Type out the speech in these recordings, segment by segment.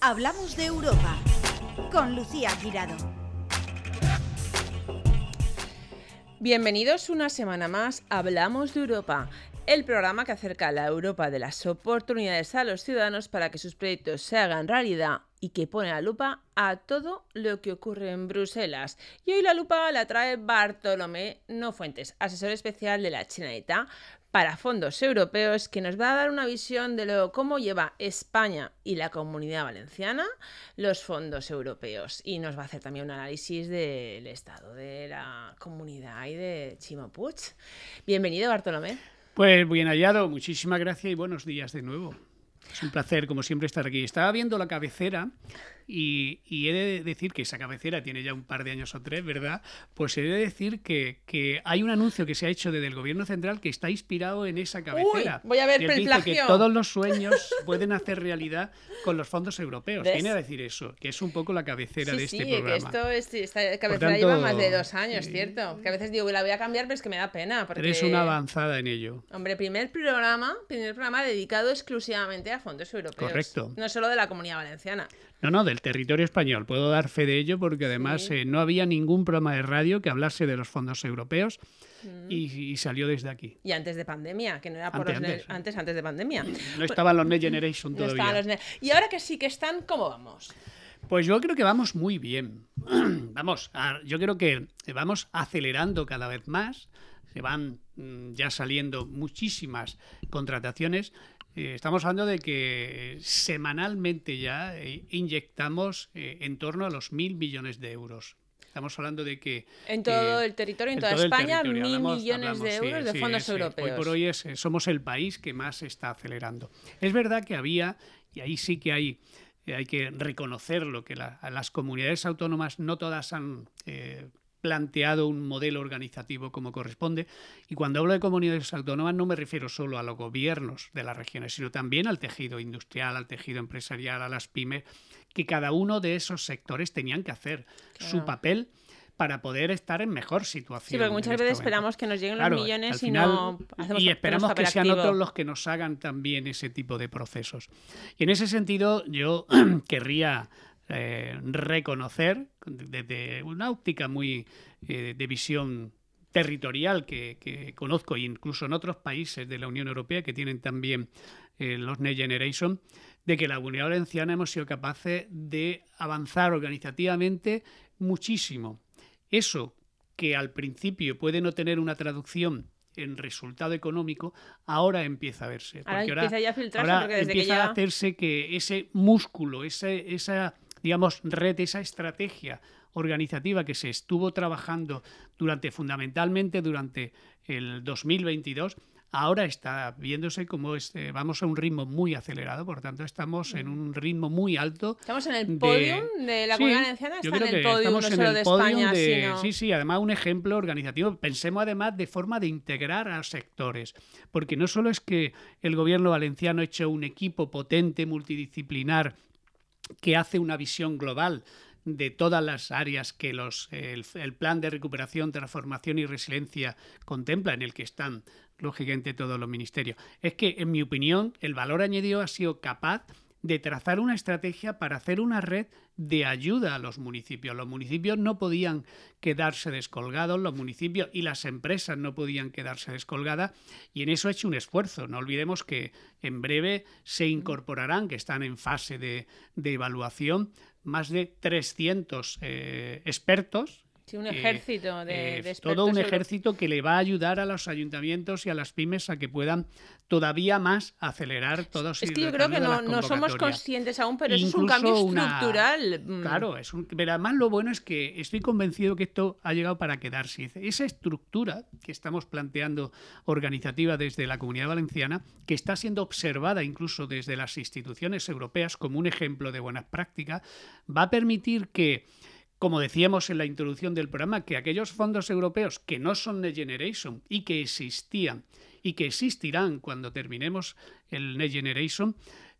Hablamos de Europa con Lucía Guirado. Bienvenidos una semana más a Hablamos de Europa, el programa que acerca a la Europa de las oportunidades a los ciudadanos para que sus proyectos se hagan realidad y que pone la lupa a todo lo que ocurre en Bruselas. Y hoy la lupa la trae Bartolomé Nofuentes, asesor especial de la Generalitat para fondos europeos, que nos va a dar una visión de cómo lleva España y la Comunidad Valenciana los fondos europeos. Y nos va a hacer también un análisis del estado de la comunidad y de Ximo Puig. Bienvenido, Bartolomé. Pues bien hallado, muchísimas gracias y buenos días de nuevo. Es un placer, como siempre, estar aquí. Estaba viendo la cabecera y he de decir que esa cabecera tiene ya un par de años o tres, ¿verdad? Pues he de decir que hay un anuncio que se ha hecho desde el Gobierno Central que está inspirado en esa cabecera. Uy, voy a ver el plagio. Dice que todos los sueños pueden hacer realidad con los fondos europeos. ¿Ves? Viene a decir eso, que es un poco la cabecera de este programa. Que esta cabecera lleva más de 2 años, ¿cierto? Que a veces digo, la voy a cambiar, pero es que me da pena. Porque... Eres una avanzada en ello. Hombre, primer programa dedicado exclusivamente a fondos europeos. Correcto. No solo de la Comunidad Valenciana. No, del territorio español. Puedo dar fe de ello porque además no había ningún programa de radio que hablase de los fondos europeos y salió desde aquí. Y antes de pandemia, que no era por antes de pandemia. No estaban los Next Generation todavía. Y ahora que sí que están, ¿cómo vamos? Pues yo creo que vamos muy bien. Yo creo que vamos acelerando cada vez más. Se van ya saliendo muchísimas contrataciones. Estamos hablando de que semanalmente ya inyectamos en torno a los 1.000 millones de euros. Estamos hablando de que... En todo el territorio, en toda España, 1.000 millones de euros de fondos europeos. Hoy por hoy somos el país que más se está acelerando. Es verdad que había, y ahí sí que hay que reconocerlo, que las comunidades autónomas no todas han... planteado un modelo organizativo como corresponde, y cuando hablo de comunidades autónomas no me refiero solo a los gobiernos de las regiones, sino también al tejido industrial, al tejido empresarial, a las pymes, que cada uno de esos sectores tenían que hacer su papel para poder estar en mejor situación. Sí, porque muchas veces esperamos que nos lleguen los millones y no hacemos. Y esperamos que sean otros los que nos hagan también ese tipo de procesos. Y en ese sentido yo querría reconocer desde una óptica muy de visión territorial que conozco, e incluso en otros países de la Unión Europea que tienen también los Next Generation, de que la Comunidad Valenciana hemos sido capaces de avanzar organizativamente muchísimo. Eso que al principio puede no tener una traducción en resultado económico, ahora empieza a verse. Ahora empieza ya a filtrarse, ahora porque desde empieza que a hacerse que ese músculo, esa digamos, red, esa estrategia organizativa que se estuvo trabajando fundamentalmente durante el 2022, ahora está viéndose como vamos a un ritmo muy acelerado, por tanto estamos en un ritmo muy alto. Estamos en el podium de la Comunidad Valenciana, está en el podium no solo de España, sino... Sí, además un ejemplo organizativo. Pensemos además de forma de integrar a los sectores, porque no solo es que el gobierno valenciano ha hecho un equipo potente, multidisciplinar, que hace una visión global de todas las áreas que el plan de recuperación, transformación y resiliencia contempla, en el que están, lógicamente, todos los ministerios. Es que, en mi opinión, el valor añadido ha sido capaz de trazar una estrategia para hacer una red de ayuda a los municipios. Los municipios no podían quedarse descolgados, los municipios y las empresas no podían quedarse descolgadas, y en eso ha hecho un esfuerzo. No olvidemos que en breve se incorporarán, que están en fase de evaluación, más de 300 expertos. Sí, un ejército de expertos. Todo un ejército que le va a ayudar a los ayuntamientos y a las pymes a que puedan todavía más acelerar todos. Es que yo creo que no somos conscientes aún, pero eso es un cambio estructural. Claro, pero además lo bueno es que estoy convencido que esto ha llegado para quedarse. Esa estructura que estamos planteando organizativa desde la Comunidad Valenciana, que está siendo observada incluso desde las instituciones europeas como un ejemplo de buenas prácticas, va a permitir que, como decíamos en la introducción del programa, que aquellos fondos europeos que no son Next Generation y que existían y que existirán cuando terminemos el Next Generation,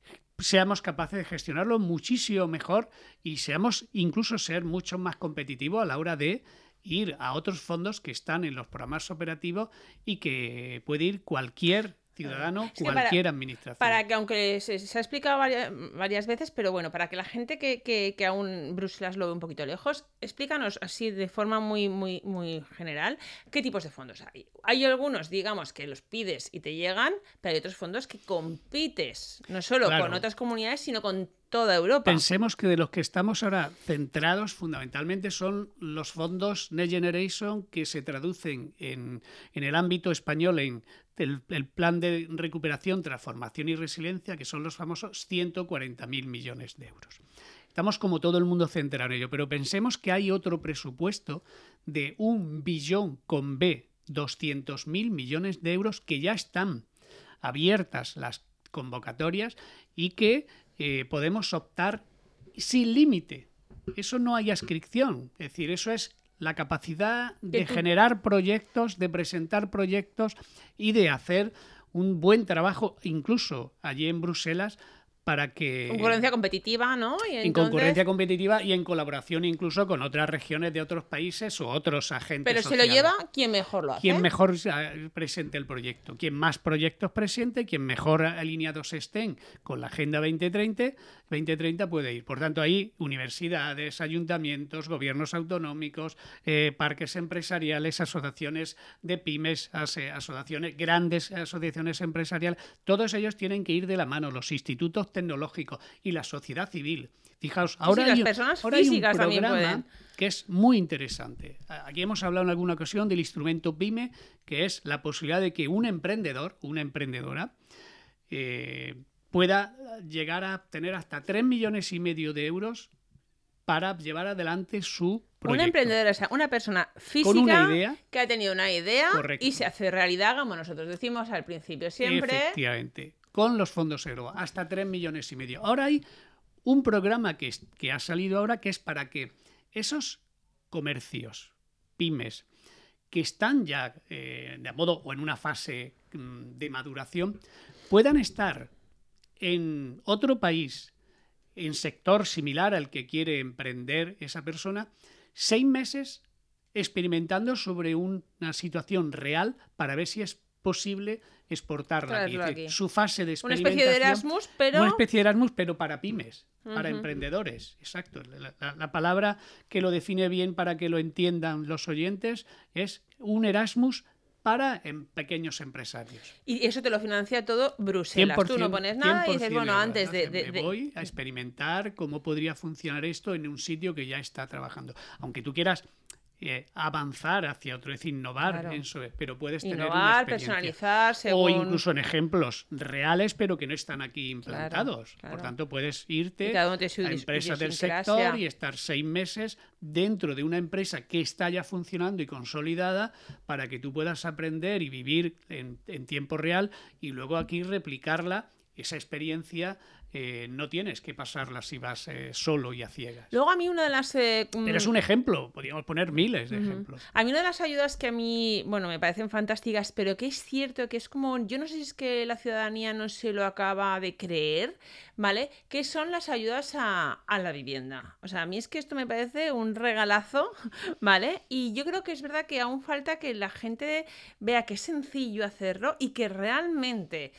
seamos capaces de gestionarlo muchísimo mejor y incluso ser mucho más competitivos a la hora de ir a otros fondos que están en los programas operativos y que puede ir cualquier ciudadano, Es que cualquier administración. Para que, aunque se ha explicado varias veces, pero bueno, para que la gente que aún Bruselas lo ve un poquito lejos, explícanos así de forma muy, muy, muy general, ¿qué tipos de fondos hay? Hay algunos, digamos, que los pides y te llegan, pero hay otros fondos que compites, no solo con otras comunidades, sino con toda Europa. Pensemos que de los que estamos ahora centrados fundamentalmente son los fondos Next Generation, que se traducen en el ámbito español en el plan de recuperación, transformación y resiliencia, que son los famosos 140.000 millones de euros. Estamos como todo el mundo centrado en ello, pero pensemos que hay otro presupuesto de 1 billón con B, 200.000 millones de euros, que ya están abiertas las convocatorias y que podemos optar sin límite. Eso no hay adscripción, es decir, eso es la capacidad de generar proyectos, de presentar proyectos y de hacer un buen trabajo, incluso allí en Bruselas, para que... Concurrencia competitiva, ¿no? Y entonces... En concurrencia competitiva y en colaboración incluso con otras regiones de otros países o otros agentes Pero sociales. se lo lleva quien mejor lo hace. Quien mejor presente el proyecto, quien más proyectos presente, quien mejor alineados estén con la Agenda 2030 puede ir. Por tanto, ahí universidades, ayuntamientos, gobiernos autonómicos, parques empresariales, asociaciones de pymes, asociaciones, grandes asociaciones empresariales, todos ellos tienen que ir de la mano, los institutos tecnológicos y la sociedad civil. Fijaos, ahora, las personas físicas hay un programa también pueden. Que es muy interesante. Aquí hemos hablado en alguna ocasión del instrumento PYME, que es la posibilidad de que un emprendedor, una emprendedora, pueda llegar a tener hasta 3,5 millones de euros para llevar adelante su proyecto. Una emprendedora, o sea, una persona física con una idea, que ha tenido una idea correcto, y se hace realidad, como nosotros decimos al principio siempre. Efectivamente, con los fondos Euro, hasta 3,5 millones. Ahora hay un programa que ha salido ahora, que es para que esos comercios, pymes, que están ya de modo o en una fase de maduración, puedan estar en otro país, en sector similar al que quiere emprender esa persona, 6 meses experimentando sobre una situación real para ver si es posible exportarla aquí. Su fase de experimentación. Una especie de Erasmus, pero... Una especie de Erasmus, pero para pymes, para emprendedores. Exacto. La palabra que lo define bien para que lo entiendan los oyentes es un Erasmus para pequeños empresarios. Y eso te lo financia todo Bruselas. Tú no pones nada y dices, bueno, antes Me voy a experimentar cómo podría funcionar esto en un sitio que ya está trabajando. Aunque tú quieras avanzar hacia otro, es decir, innovar, claro, en eso, pero puedes tener una experiencia. Personalizar, según... O incluso en ejemplos reales, pero que no están aquí implantados. Claro. Por tanto, puedes irte a empresas del sector y estar 6 meses dentro de una empresa que está ya funcionando y consolidada para que tú puedas aprender y vivir en tiempo real y luego aquí replicarla, esa experiencia. No tienes que pasarla si vas solo y a ciegas. Luego a mí una de las... Pero es un ejemplo, podríamos poner miles de ejemplos. A mí una de las ayudas que a mí, bueno, me parecen fantásticas, pero que es cierto que es como, yo no sé si es que la ciudadanía no se lo acaba de creer, ¿vale? Que son las ayudas a la vivienda. O sea, a mí es que esto me parece un regalazo, ¿vale? Y yo creo que es verdad que aún falta que la gente vea que es sencillo hacerlo y que realmente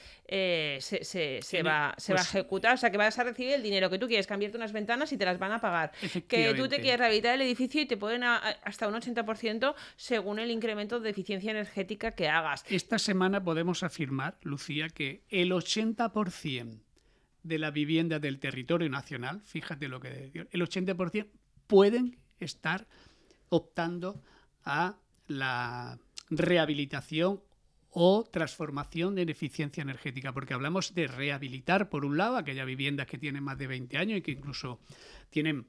se va a ejecutar. O sea, que vas a recibir el dinero que tú quieres, cambiarte unas ventanas y te las van a pagar. Que tú te quieres rehabilitar el edificio y te pueden hasta un 80% según el incremento de eficiencia energética que hagas. Esta semana podemos afirmar, Lucía, que el 80% de la vivienda del territorio nacional, fíjate lo que digo, el 80% pueden estar optando a la rehabilitación o transformación en eficiencia energética, porque hablamos de rehabilitar, por un lado, aquellas viviendas que tienen más de 20 años y que incluso tienen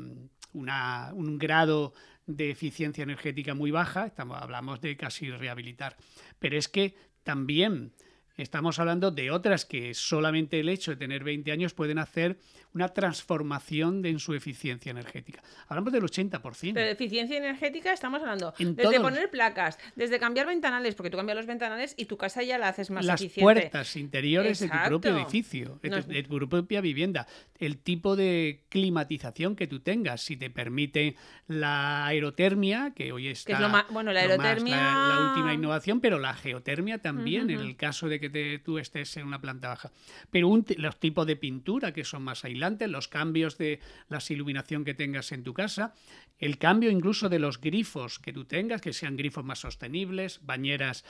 un grado de eficiencia energética muy baja, hablamos de casi rehabilitar, pero es que también estamos hablando de otras que solamente el hecho de tener 20 años pueden hacer una transformación en su eficiencia energética. Hablamos del 80%. Pero de eficiencia energética estamos hablando desde poner placas, desde cambiar ventanales, porque tú cambias los ventanales y tu casa ya la haces más eficiente. Las puertas interiores de tu propio edificio, de tu propia vivienda. El tipo de climatización que tú tengas, si te permite la aerotermia, que hoy está... la aerotermia... la última innovación, pero la geotermia también, en el caso de que que tú estés en una planta baja. Pero los tipos de pintura que son más aislantes, los cambios de la iluminación que tengas en tu casa, el cambio incluso de los grifos que tú tengas, que sean grifos más sostenibles, bañeras,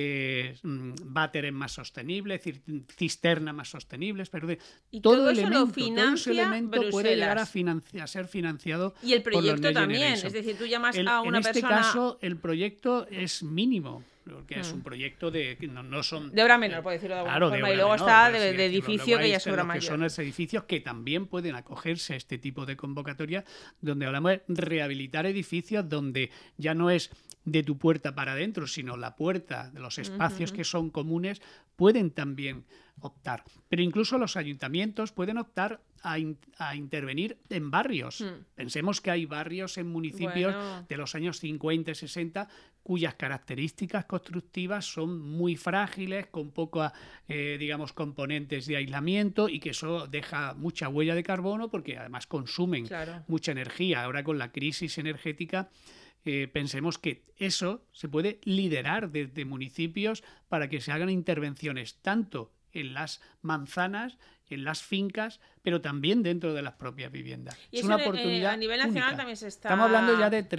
váteres más sostenibles, cisternas más sostenibles, pero y todo ese elemento puede llegar a ser financiado. Y el proyecto por los también, es decir, tú llamas a una persona... En este caso, el proyecto es mínimo, porque es un proyecto de no son de obra menor, por decirlo de alguna claro, forma, de y luego menor, está pues, de edificio que ya es obra mayor. Que son los edificios que también pueden acogerse a este tipo de convocatoria, donde hablamos de rehabilitar edificios donde ya no es de tu puerta para adentro, sino la puerta de los espacios que son comunes pueden también optar. Pero incluso los ayuntamientos pueden optar a intervenir en barrios. Pensemos que hay barrios en municipios de los años 50 y 60 cuyas características constructivas son muy frágiles, con pocos, componentes de aislamiento, y que eso deja mucha huella de carbono porque además consumen mucha energía. Ahora con la crisis energética pensemos que eso se puede liderar desde municipios para que se hagan intervenciones tanto en las manzanas, en las fincas, pero también dentro de las propias viviendas. Y es una oportunidad a nivel nacional única. también se está... Estamos hablando ya de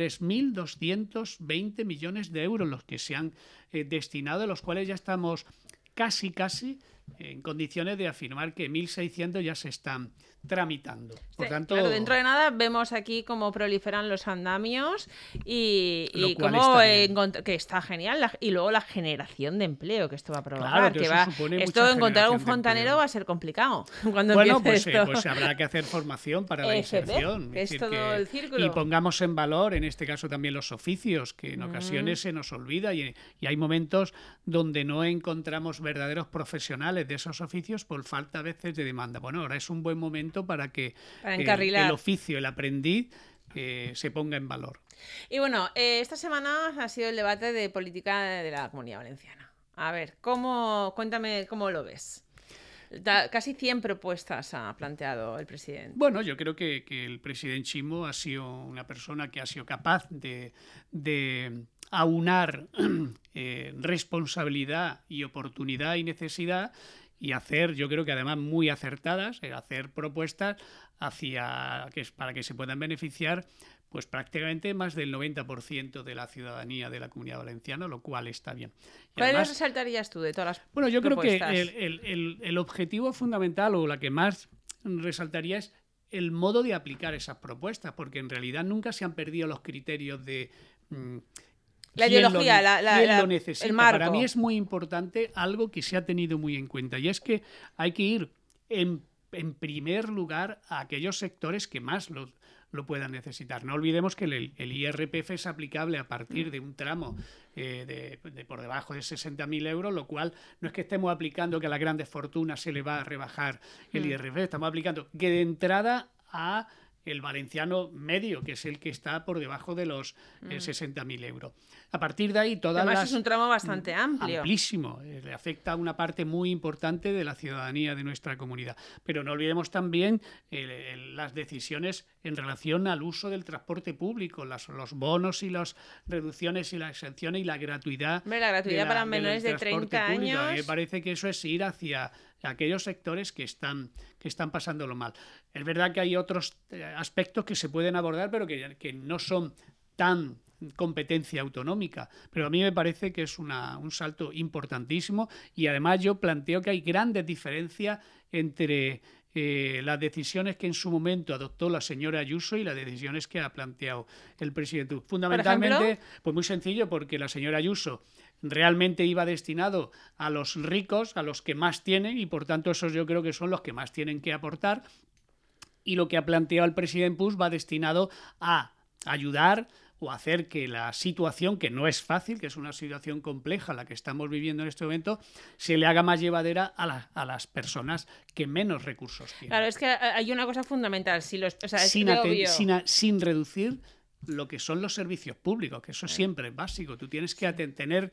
3.220 millones de euros los que se han destinado, de los cuales ya estamos casi en condiciones de afirmar que 1.600 ya se están tramitando. Por tanto, claro, dentro de nada vemos aquí cómo proliferan los andamios y cómo que está genial, y luego la generación de empleo que esto va a provocar. Claro, esto encontrar un fontanero va a ser complicado cuando pues habrá que hacer formación para la inserción. Que es todo el círculo. Y pongamos en valor, en este caso también los oficios, que en ocasiones se nos olvida y hay momentos donde no encontramos verdaderos profesionales de esos oficios por falta a veces de demanda. Bueno, ahora es un buen momento para que el oficio, el aprendiz, se ponga en valor. Y bueno, esta semana ha sido el debate de política de la Comunidad Valenciana. A ver, cuéntame cómo lo ves. Casi 100 propuestas ha planteado el presidente. Bueno, yo creo que el presidente Chimo ha sido una persona que ha sido capaz de aunar responsabilidad y oportunidad y necesidad, y hacer, yo creo que además muy acertadas, hacer propuestas para que se puedan beneficiar pues prácticamente más del 90% de la ciudadanía de la Comunidad Valenciana, lo cual está bien. ¿Cuáles resaltarías tú de todas las Bueno, yo propuestas? Creo que el objetivo fundamental, o la que más resaltaría, es el modo de aplicar esas propuestas, porque en realidad nunca se han perdido los criterios de... La ideología, ¿quién lo necesita? El marco. Para mí es muy importante algo que se ha tenido muy en cuenta, y es que hay que ir en primer lugar a aquellos sectores que más lo puedan necesitar. No olvidemos que el IRPF es aplicable a partir de un tramo de por debajo de 60.000 euros, lo cual no es que estemos aplicando que a las grandes fortunas se le va a rebajar el IRPF, estamos aplicando que de entrada a el valenciano medio, que es el que está por debajo de los 60.000 euros. A partir de ahí, además es un tramo bastante amplio. Amplísimo. Le afecta a una parte muy importante de la ciudadanía de nuestra comunidad. Pero no olvidemos también las decisiones en relación al uso del transporte público, los bonos y las reducciones y las exenciones y la gratuidad. La gratuidad para menores de 30 años. A mí me parece que eso es ir hacia aquellos sectores que están pasándolo mal. Es verdad que hay otros aspectos que se pueden abordar, pero que no son tan competencia autonómica, pero a mí me parece que es un salto importantísimo, y además yo planteo que hay grandes diferencias entre las decisiones que en su momento adoptó la señora Ayuso y las decisiones que ha planteado el presidente. Fundamentalmente, pues muy sencillo, porque la señora Ayuso realmente iba destinado a los ricos, a los que más tienen, y por tanto esos yo creo que son los que más tienen que aportar, y lo que ha planteado el presidente Puig va destinado a ayudar o hacer que la situación, que no es fácil, que es una situación compleja la que estamos viviendo en este momento, se le haga más llevadera a las personas que menos recursos tienen. Claro, es que hay una cosa fundamental, sin reducir lo que son los servicios públicos, que eso siempre es básico. Tú tienes que tener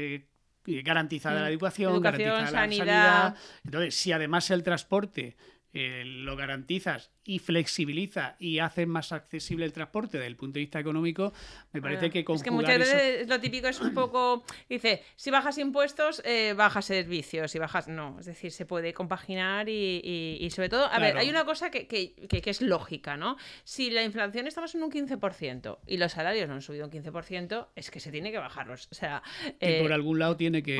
garantizada la educación, garantizada sanidad. la sanidad. Entonces, si además el transporte lo garantizas y flexibiliza y hace más accesible el transporte desde el punto de vista económico, me parece que conjugar es que muchas veces lo típico es un poco, dice, si bajas impuestos, bajas servicios, si bajas, no, es decir, se puede compaginar y sobre todo, a ver, hay una cosa que es lógica, ¿no? Si la inflación estamos en un 15% y los salarios no han subido un 15%, es que se tiene que bajarlos, o sea... y por algún lado tiene que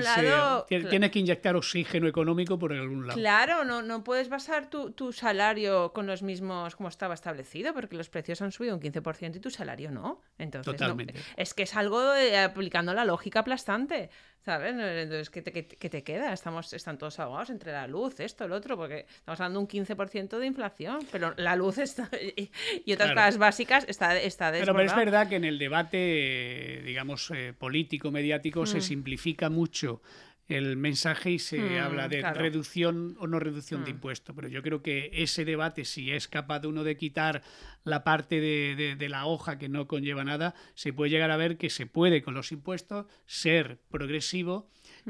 tienes que inyectar oxígeno económico por algún lado. Claro, no puedes basar tu salario con los mismos como estaba establecido, porque los precios han subido un 15% y tu salario no. Entonces, totalmente. No, es que es algo aplicando la lógica aplastante, ¿sabes? Entonces, ¿qué te queda? Están todos ahogados entre la luz, esto, el otro, porque estamos hablando de un 15% de inflación, pero la luz está y otras cosas básicas está desbordada. Pero es verdad que en el debate, digamos, político, mediático, se simplifica mucho el mensaje y se habla de reducción o no reducción de impuestos. Pero yo creo que ese debate, si es capaz uno de quitar la parte de la hoja que no conlleva nada, se puede llegar a ver que se puede con los impuestos ser progresivo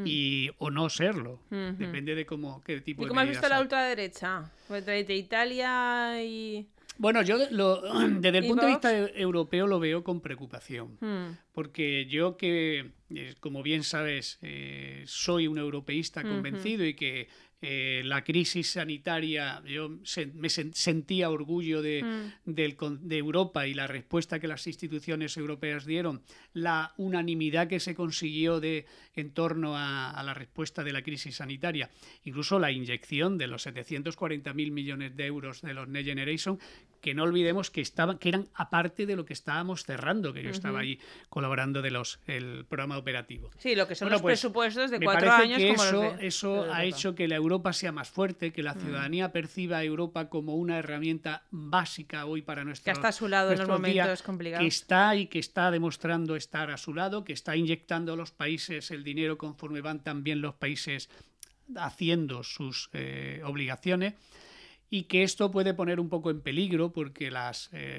o no serlo. Depende de qué tipo de medidas. ¿Y cómo has visto la ultraderecha? De Italia y... Bueno, yo desde el punto de vista europeo lo veo con preocupación, porque yo que, como bien sabes, soy un europeísta convencido y que la crisis sanitaria, yo me sentía orgullo de Europa y la respuesta que las instituciones europeas dieron, la unanimidad que se consiguió en torno a la respuesta de la crisis sanitaria, incluso la inyección de los 740.000 millones de euros de los Next Generation, que no olvidemos que eran aparte de lo que estábamos cerrando, que yo estaba ahí colaborando el programa operativo. Sí, lo que son los presupuestos de 4 años. Me parece que eso ha hecho que la Europa sea más fuerte, que la ciudadanía perciba a Europa como una herramienta básica hoy para que está a su lado en los momentos complicados. Que está demostrando estar a su lado, que está inyectando a los países el dinero conforme van también los países haciendo sus obligaciones. Y que esto puede poner un poco en peligro porque la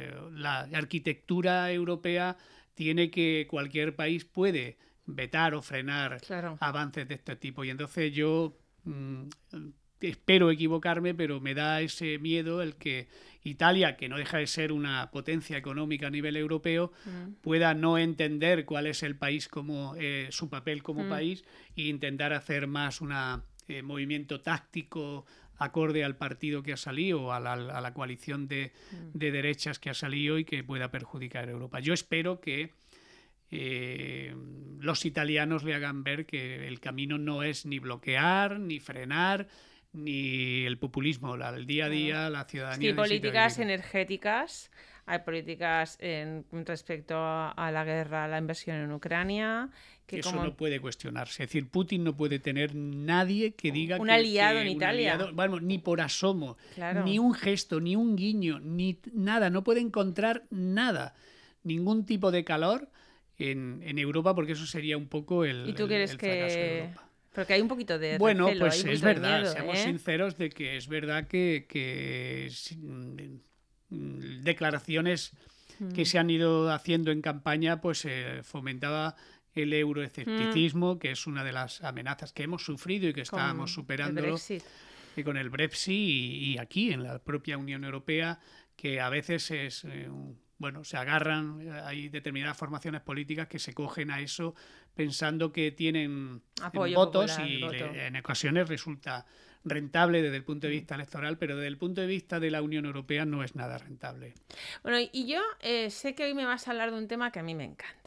arquitectura europea tiene que cualquier país puede vetar o frenar avances de este tipo. Y entonces yo espero equivocarme, pero me da ese miedo el que Italia, que no deja de ser una potencia económica a nivel europeo, pueda no entender cuál es el país como su papel como país e intentar hacer más un movimiento táctico acorde al partido que ha salido o a la coalición de derechas que ha salido y que pueda perjudicar a Europa. Yo espero que los italianos le hagan ver que el camino no es ni bloquear, ni frenar, ni el populismo, el día a día, la ciudadanía. Sí, políticas energéticas, hay políticas respecto a la guerra, a la invasión en Ucrania. Que eso no puede cuestionarse. Es decir, Putin no puede tener nadie que diga un aliado en Italia. Bueno, ni por asomo, ni un gesto, ni un guiño, ni nada. No puede encontrar nada, ningún tipo de calor en Europa, porque eso sería un poco el. ¿Y tú crees que Europa? Porque hay un poquito de bueno, recelo, pues es verdad, miedo, seamos sinceros de que es verdad que declaraciones que se han ido haciendo en campaña, pues fomentaba el euroescepticismo, que es una de las amenazas que hemos sufrido y que estábamos superándolo con el Brexit y aquí en la propia Unión Europea, que a veces es se agarran, hay determinadas formaciones políticas que se cogen a eso pensando que tienen votos popular, en ocasiones resulta rentable desde el punto de vista electoral, pero desde el punto de vista de la Unión Europea no es nada rentable. Bueno, y yo sé que hoy me vas a hablar de un tema que a mí me encanta.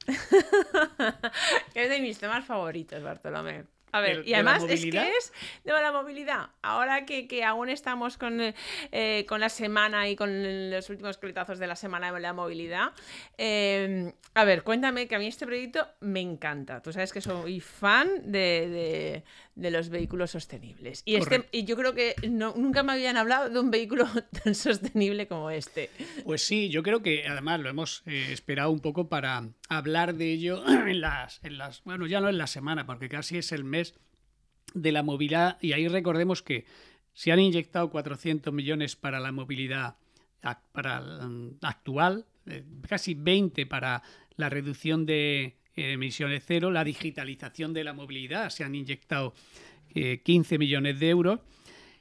Es de mis temas favoritos, Bartolomé. A ver, y además es que es de la movilidad. Ahora que aún estamos con la semana y con los últimos coletazos de la semana de la movilidad, a ver, cuéntame, que a mí este proyecto me encanta. Tú sabes que soy fan de los vehículos sostenibles. Y yo creo que nunca me habían hablado de un vehículo tan sostenible como este. Pues sí, yo creo que además lo hemos esperado un poco para hablar de ello bueno, ya no en la semana, porque casi es el mes de la movilidad, y ahí recordemos que se han inyectado 400 millones para la movilidad actual, casi 20 para la reducción de emisiones cero, la digitalización de la movilidad, se han inyectado 15 millones de euros,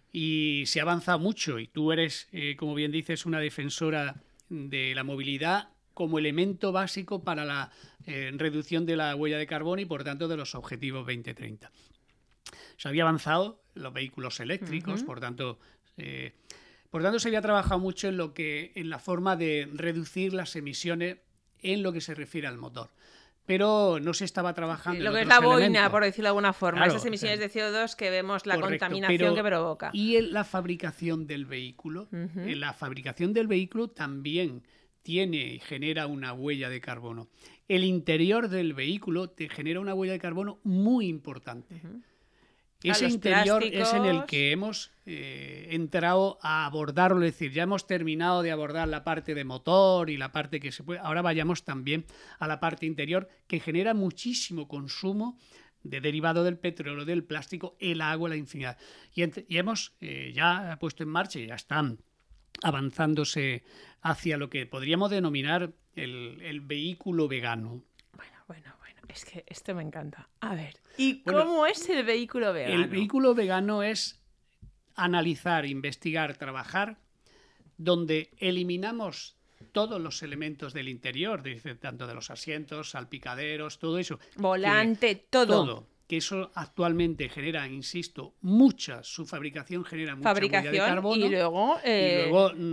y se ha avanzado mucho, y tú eres, como bien dices, una defensora de la movilidad como elemento básico para la reducción de la huella de carbono y, por tanto, de los objetivos 2030. Se había avanzado los vehículos eléctricos, por tanto, se había trabajado mucho en la forma de reducir las emisiones en lo que se refiere al motor. Pero no se estaba trabajando lo en que es otros la boina, elementos. por decirlo de alguna forma, Claro, esas emisiones de CO2 que vemos, la correcto, contaminación que provoca. Y en la fabricación del vehículo, en la fabricación del vehículo también tiene y genera una huella de carbono. El interior del vehículo te genera una huella de carbono muy importante. Ese interior es en el que hemos entrado a abordarlo, es decir, ya hemos terminado de abordar la parte de motor y la parte que se puede, ahora vayamos también a la parte interior, que genera muchísimo consumo de derivado del petróleo, del plástico, el agua, la infinidad. Y hemos ya puesto en marcha y ya están avanzándose hacia lo que podríamos denominar el vehículo vegano. Bueno, es que esto me encanta. A ver, ¿y cómo es el vehículo vegano? El vehículo vegano es analizar, investigar, trabajar, donde eliminamos todos los elementos del interior, tanto de los asientos, salpicaderos, todo eso. Volante, todo. Que eso actualmente genera, insisto, su fabricación genera mucha huella de carbono. Y luego, el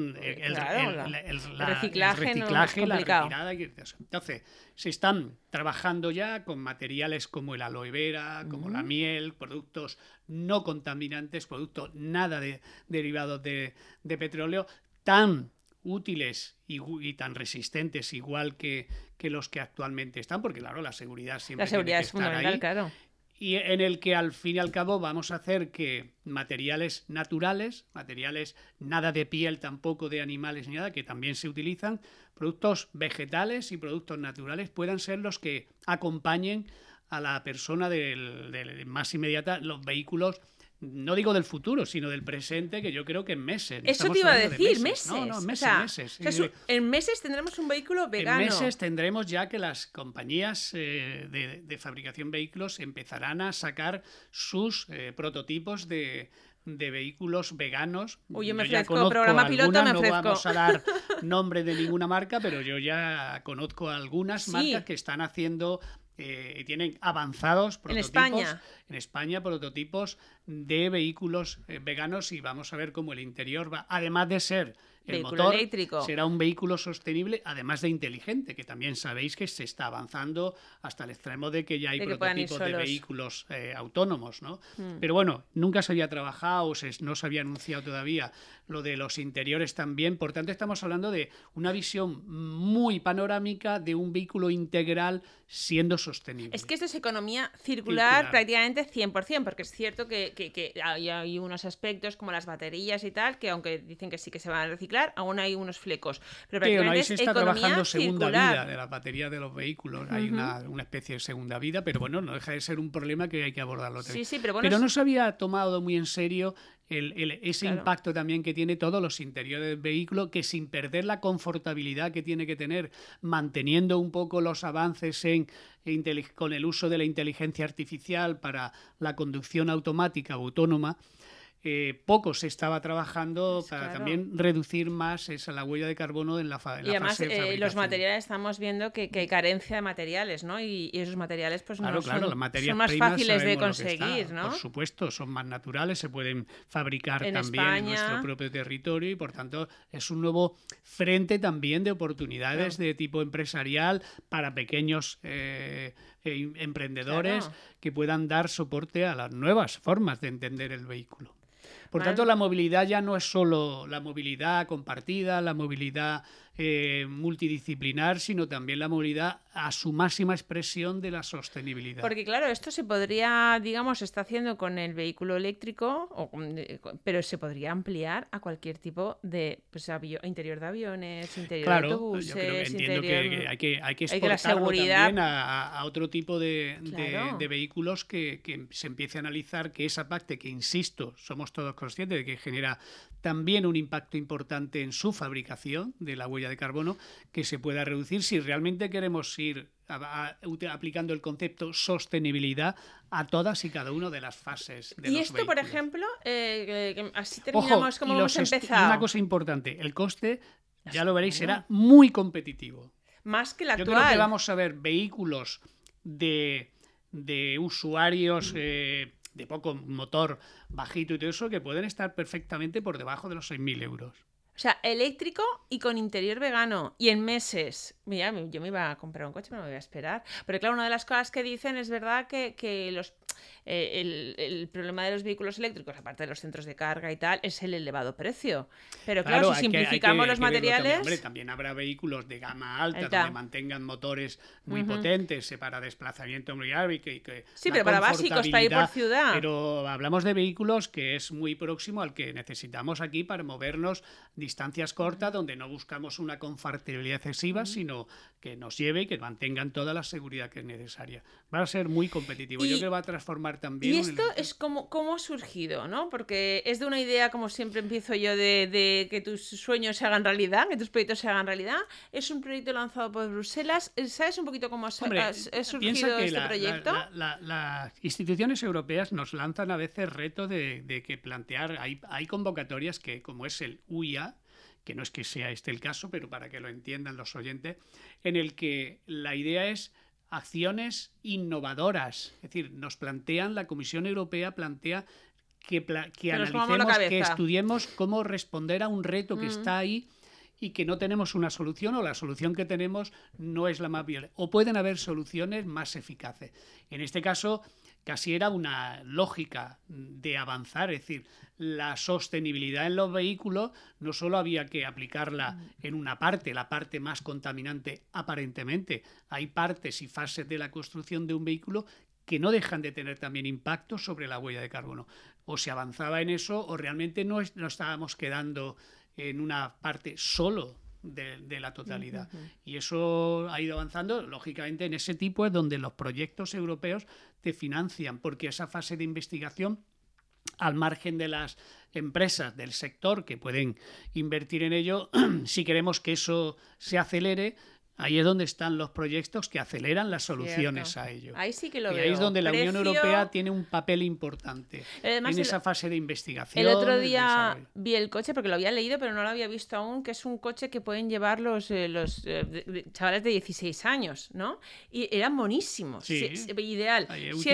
reciclaje no es complicado. La retirada. Entonces, se están trabajando ya con materiales como el aloe vera, como la miel, productos no contaminantes, productos nada derivados de petróleo, tan útiles y tan resistentes igual que los que actualmente están, porque claro, la seguridad siempre tiene que es estar fundamental, ahí. claro. Y en el que al fin y al cabo vamos a hacer que materiales naturales, materiales nada de piel tampoco de animales ni nada, que también se utilizan, productos vegetales y productos naturales puedan ser los que acompañen a la persona del más inmediata, los vehículos, no digo del futuro, sino del presente, que yo creo que en meses. Eso te iba a decir, meses. No, meses, meses. O sea, en meses tendremos un vehículo vegano. En meses tendremos ya que las compañías de fabricación de vehículos empezarán a sacar sus prototipos de vehículos veganos. Uy, yo me ofrezco, programa piloto me ofrezco. No vamos a dar nombre de ninguna marca, pero yo ya conozco algunas marcas que están haciendo... tienen avanzados prototipos en España, prototipos de vehículos veganos, y vamos a ver cómo el interior va, además de ser el motor, eléctrico, será un vehículo sostenible, además de inteligente, que también sabéis que se está avanzando hasta el extremo de que ya hay prototipos de vehículos autónomos, ¿no? Pero bueno, nunca se había trabajado, no se había anunciado todavía lo de los interiores también, por tanto estamos hablando de una visión muy panorámica de un vehículo integral siendo sostenible. Es que esto es economía circular prácticamente 100%, porque es cierto que hay unos aspectos como las baterías y tal, que aunque dicen que sí que se van a reciclar, aún hay unos flecos. Pero prácticamente se está trabajando segunda circular. vida de las baterías de los vehículos. Hay una especie de segunda vida, pero bueno, no deja de ser un problema que hay que abordarlo. Sí, pero bueno, pero no se había tomado muy en serio ese impacto también que tiene todos los interiores del vehículo, que sin perder la confortabilidad que tiene que tener, manteniendo un poco los avances con el uso de la inteligencia artificial para la conducción automática o autónoma, poco se estaba trabajando para también reducir más la huella de carbono en la fase de fabricación. Y además los materiales, estamos viendo que hay carencia de materiales, ¿no? Y esos materiales pues son más fáciles de conseguir, ¿no? Por supuesto, son más naturales, se pueden fabricar también España, en nuestro propio territorio, y por tanto es un nuevo frente también de oportunidades de tipo empresarial para pequeños emprendedores que puedan dar soporte a las nuevas formas de entender el vehículo. Por tanto, la movilidad ya no es solo la movilidad compartida, la movilidad multidisciplinar, sino también la movilidad a su máxima expresión de la sostenibilidad. Porque claro, esto se podría, digamos, se está haciendo con el vehículo eléctrico, pero se podría ampliar a cualquier tipo de interior de aviones, interior de autobuses, yo entiendo que hay que exportarlo la seguridad también a otro tipo de vehículos que se empiece a analizar que esa parte que, insisto, somos todos conscientes de que genera también un impacto importante en su fabricación de la huella de carbono, que se pueda reducir si realmente queremos ir aplicando el concepto sostenibilidad a todas y cada una de las fases de y los esto, vehículos. por ejemplo, así terminamos como hemos empezado. Una cosa importante, el coste, ya lo veréis, será muy competitivo. Más que el actual. Yo creo que vamos a ver vehículos de usuarios de poco motor, bajito y todo eso, que pueden estar perfectamente por debajo de los 6.000 euros. O sea, eléctrico y con interior vegano. Y en meses. Mira, yo me iba a comprar un coche, pero me voy a esperar. Pero claro, una de las cosas que dicen es verdad que el problema de los vehículos eléctricos, aparte de los centros de carga y tal, es el elevado precio. Pero claro, si simplificamos los materiales... Hombre, también habrá vehículos de gama alta donde mantengan motores muy potentes para desplazamiento muy y que sí, pero para básicos, para ir por ciudad. Pero hablamos de vehículos que es muy próximo al que necesitamos aquí para movernos distancias cortas, donde no buscamos una confortabilidad excesiva, sino que nos lleve y que mantengan toda la seguridad que es necesaria. Va a ser muy competitivo. Yo creo que va a transformar también... Y esto es cómo ha surgido, ¿no? Porque es de una idea, como siempre empiezo yo, de que tus sueños se hagan realidad, que tus proyectos se hagan realidad. Es un proyecto lanzado por Bruselas. ¿Sabes un poquito cómo ha surgido este proyecto? Las instituciones europeas nos lanzan a veces reto de que plantear... Hay convocatorias que, como es el UIA, que no es que sea este el caso, pero para que lo entiendan los oyentes, en el que la idea es acciones innovadoras. Es decir, nos plantean, la Comisión Europea plantea que analicemos, que estudiemos cómo responder a un reto que está ahí y que no tenemos una solución, o la solución que tenemos no es la más viable. O pueden haber soluciones más eficaces. En este caso, casi era una lógica de avanzar, es decir, la sostenibilidad en los vehículos no solo había que aplicarla en una parte, la parte más contaminante aparentemente. Hay partes y fases de la construcción de un vehículo que no dejan de tener también impacto sobre la huella de carbono. O se avanzaba en eso o realmente no estábamos quedando en una parte solo de la totalidad. Y eso ha ido avanzando. Lógicamente, en ese tipo es donde los proyectos europeos te financian, porque esa fase de investigación, al margen de las empresas del sector que pueden invertir en ello, si queremos que eso se acelere, ahí es donde están los proyectos que aceleran las soluciones a ello. Ahí sí que lo y veo. ahí es donde la Unión Europea tiene un papel importante. Además, en esa fase de investigación. El otro día vi el coche, porque lo había leído, pero no lo había visto aún, que es un coche que pueden llevar los chavales de 16 años, ¿no? Y eran buenísimos. Sí. Ideal. Si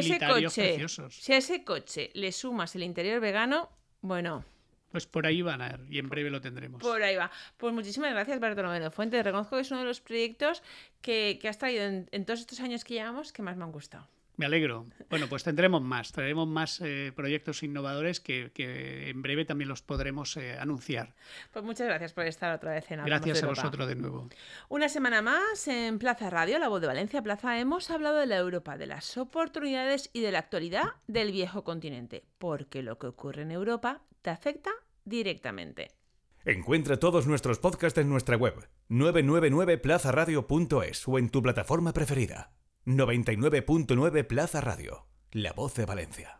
a ese coche le sumas el interior vegano, bueno... Pues por ahí van a ir, y en breve lo tendremos. Por ahí va. Pues muchísimas gracias, Bartolomé de Fuentes. Reconozco que es uno de los proyectos que has traído en todos estos años que llevamos que más me han gustado. Me alegro. Bueno, pues traeremos más proyectos innovadores que en breve también los podremos anunciar. Pues muchas gracias por estar otra vez en Hablamos de Europa. Gracias a vosotros de nuevo. Una semana más en Plaza Radio, La Voz de Valencia Plaza, hemos hablado de la Europa, de las oportunidades y de la actualidad del viejo continente, porque lo que ocurre en Europa te afecta directamente. Encuentra todos nuestros podcasts en nuestra web 999plazaradio.es o en tu plataforma preferida. 99.9 Plaza Radio, La Voz de Valencia.